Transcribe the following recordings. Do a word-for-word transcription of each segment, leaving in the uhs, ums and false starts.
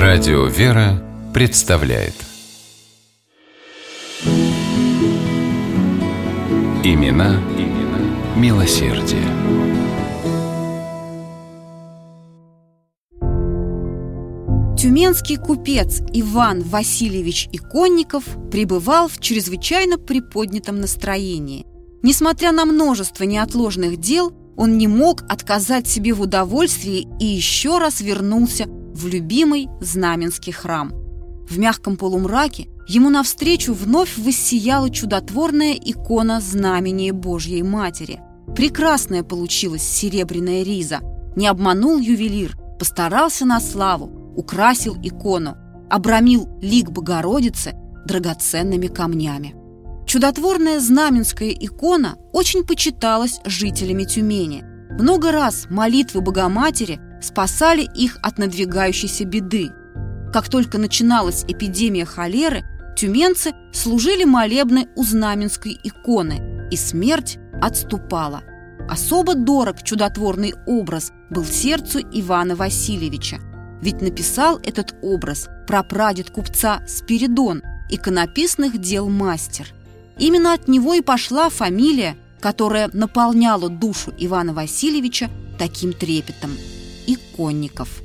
Радио «Вера» представляет Имена, имена милосердия. Тюменский купец Иван Васильевич Иконников пребывал в чрезвычайно приподнятом настроении. Несмотря на множество неотложных дел, он не мог отказать себе в удовольствии и еще раз вернулся в любимый Знаменский храм. В мягком полумраке ему навстречу вновь воссияла чудотворная икона Знамения Божьей Матери. Прекрасная получилась серебряная риза. Не обманул ювелир, постарался на славу, украсил икону, обрамил лик Богородицы драгоценными камнями. Чудотворная знаменская икона очень почиталась жителями Тюмени. Много раз молитвы Богоматери спасали их от надвигающейся беды. Как только начиналась эпидемия холеры, тюменцы служили молебны у знаменской иконы, и смерть отступала. Особо дорог чудотворный образ был сердцу Ивана Васильевича, ведь написал этот образ прапрадед купца Спиридон, иконописных дел мастер. Именно от него и пошла фамилия, которая наполняла душу Ивана Васильевича таким трепетом – Иконников.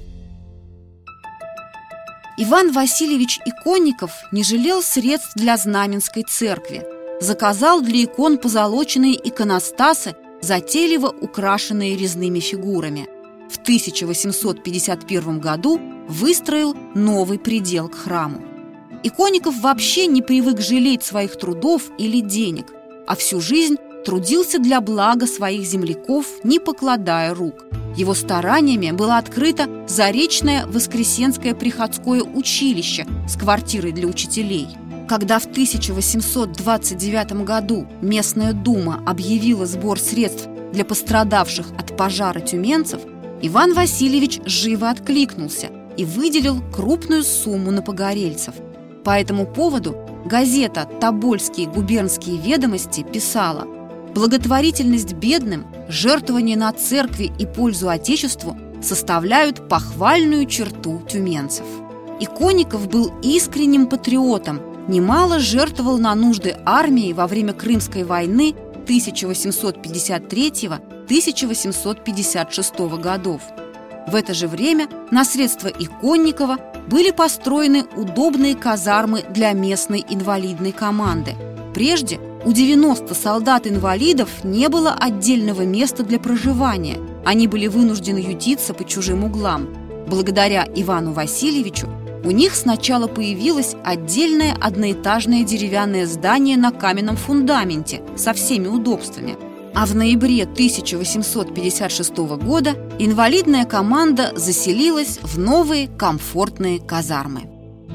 Иван Васильевич Иконников не жалел средств для Знаменской церкви. Заказал для икон позолоченные иконостасы, затейливо украшенные резными фигурами. В тысяча восемьсот пятьдесят первом году выстроил новый предел к храму. Иконников вообще не привык жалеть своих трудов или денег, а всю жизнь трудился для блага своих земляков, не покладая рук. Его стараниями было открыто Заречное Воскресенское приходское училище с квартирой для учителей. Когда в тысяча восемьсот двадцать девятом году местная дума объявила сбор средств для пострадавших от пожара тюменцев, Иван Васильевич живо откликнулся и выделил крупную сумму на погорельцев. По этому поводу газета «Тобольские губернские ведомости» писала: «Благотворительность бедным, жертвование на церкви и пользу Отечеству составляют похвальную черту тюменцев». Иконников был искренним патриотом, немало жертвовал на нужды армии во время Крымской войны тысяча восемьсот пятьдесят третьего — тысяча восемьсот пятьдесят шестого годов. В это же время на средства Иконникова были построены удобные казармы для местной инвалидной команды. Прежде у девяноста солдат-инвалидов не было отдельного места для проживания. Они были вынуждены ютиться по чужим углам. Благодаря Ивану Васильевичу у них сначала появилось отдельное одноэтажное деревянное здание на каменном фундаменте со всеми удобствами. А в ноябре тысяча восемьсот пятьдесят шестого года инвалидная команда заселилась в новые комфортные казармы.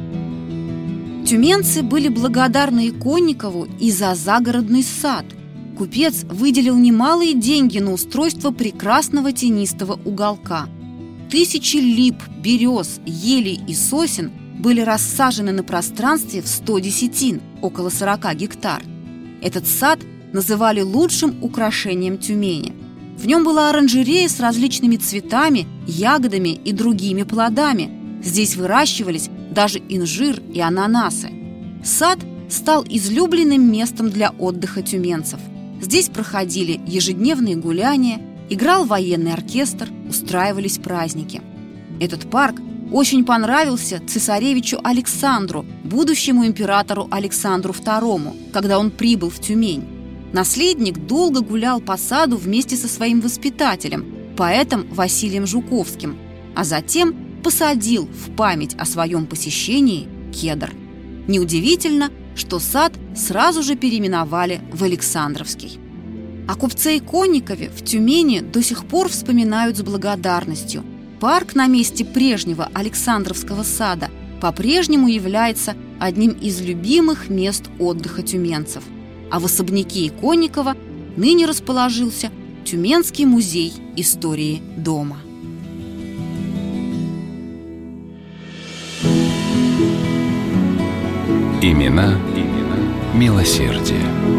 Тюменцы были благодарны Иконникову и за загородный сад. Купец выделил немалые деньги на устройство прекрасного тенистого уголка. Тысячи лип, берез, елей и сосен были рассажены на пространстве в сто десятин, около сорока гектар. Этот сад называли лучшим украшением Тюмени. В нем была оранжерея с различными цветами, ягодами и другими плодами. Здесь выращивались даже инжир и ананасы. Сад стал излюбленным местом для отдыха тюменцев. Здесь проходили ежедневные гуляния, играл военный оркестр, устраивались праздники. Этот парк очень понравился цесаревичу Александру, будущему императору Александру второму, когда он прибыл в Тюмень. Наследник долго гулял по саду вместе со своим воспитателем, поэтом Василием Жуковским, а затем посадил в память о своем посещении кедр. Неудивительно, что сад сразу же переименовали в Александровский. О купце Иконникове в Тюмени до сих пор вспоминают с благодарностью. Парк на месте прежнего Александровского сада по-прежнему является одним из любимых мест отдыха тюменцев. А в особняке Иконникова ныне расположился Тюменский музей истории дома. Имена, имена милосердия.